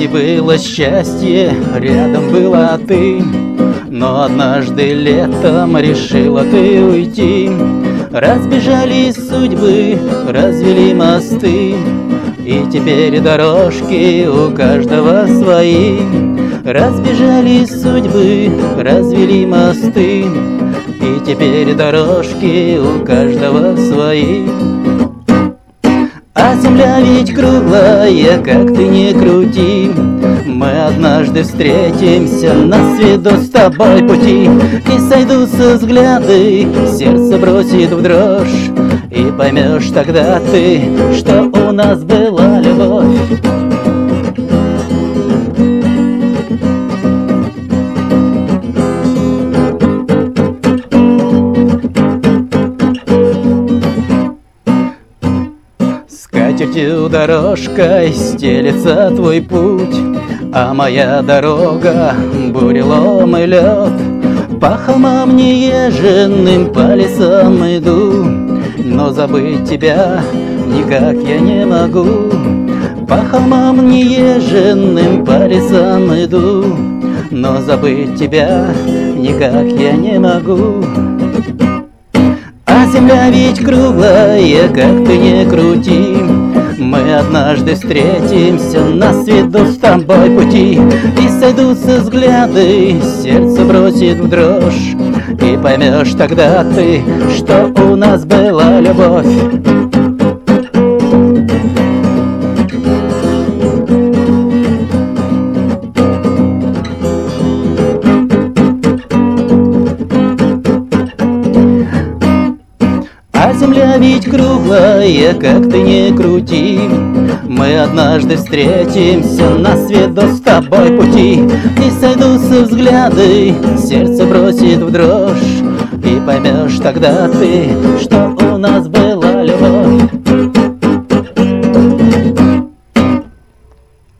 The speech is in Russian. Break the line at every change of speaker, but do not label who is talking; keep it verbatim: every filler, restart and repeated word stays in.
было счастье, рядом была ты. Но однажды летом решила ты уйти. Разбежались судьбы, развели мосты, и теперь дорожки у каждого свои. Разбежались судьбы, развели мосты, и теперь дорожки у каждого свои. А земля ведь круглая, как ты не крути. Мы однажды встретимся на свету с тобой пути, и сойдутся взгляды, сердце бросит в дрожь, и поймешь тогда ты, что у нас была любовь. Скатертью дорожкой стелется твой путь, а моя дорога — бурелом и лед. По холмам нееженным, по лесам иду, но забыть тебя никак я не могу. По холмам нееженным, по лесам иду, но забыть тебя никак я не могу. А земля ведь круглая, как ты не крути. Мы однажды встретимся на свету с тобой пути, и сойдутся взгляды, сердце бросит в дрожь, и поймешь тогда ты, что у нас была любовь. А земля ведь круглая, как ты не крути. Мы однажды встретимся на свету с тобой пути, и сойдутся взгляды, сердце бросит в дрожь, и поймешь тогда ты, что у нас была любовь.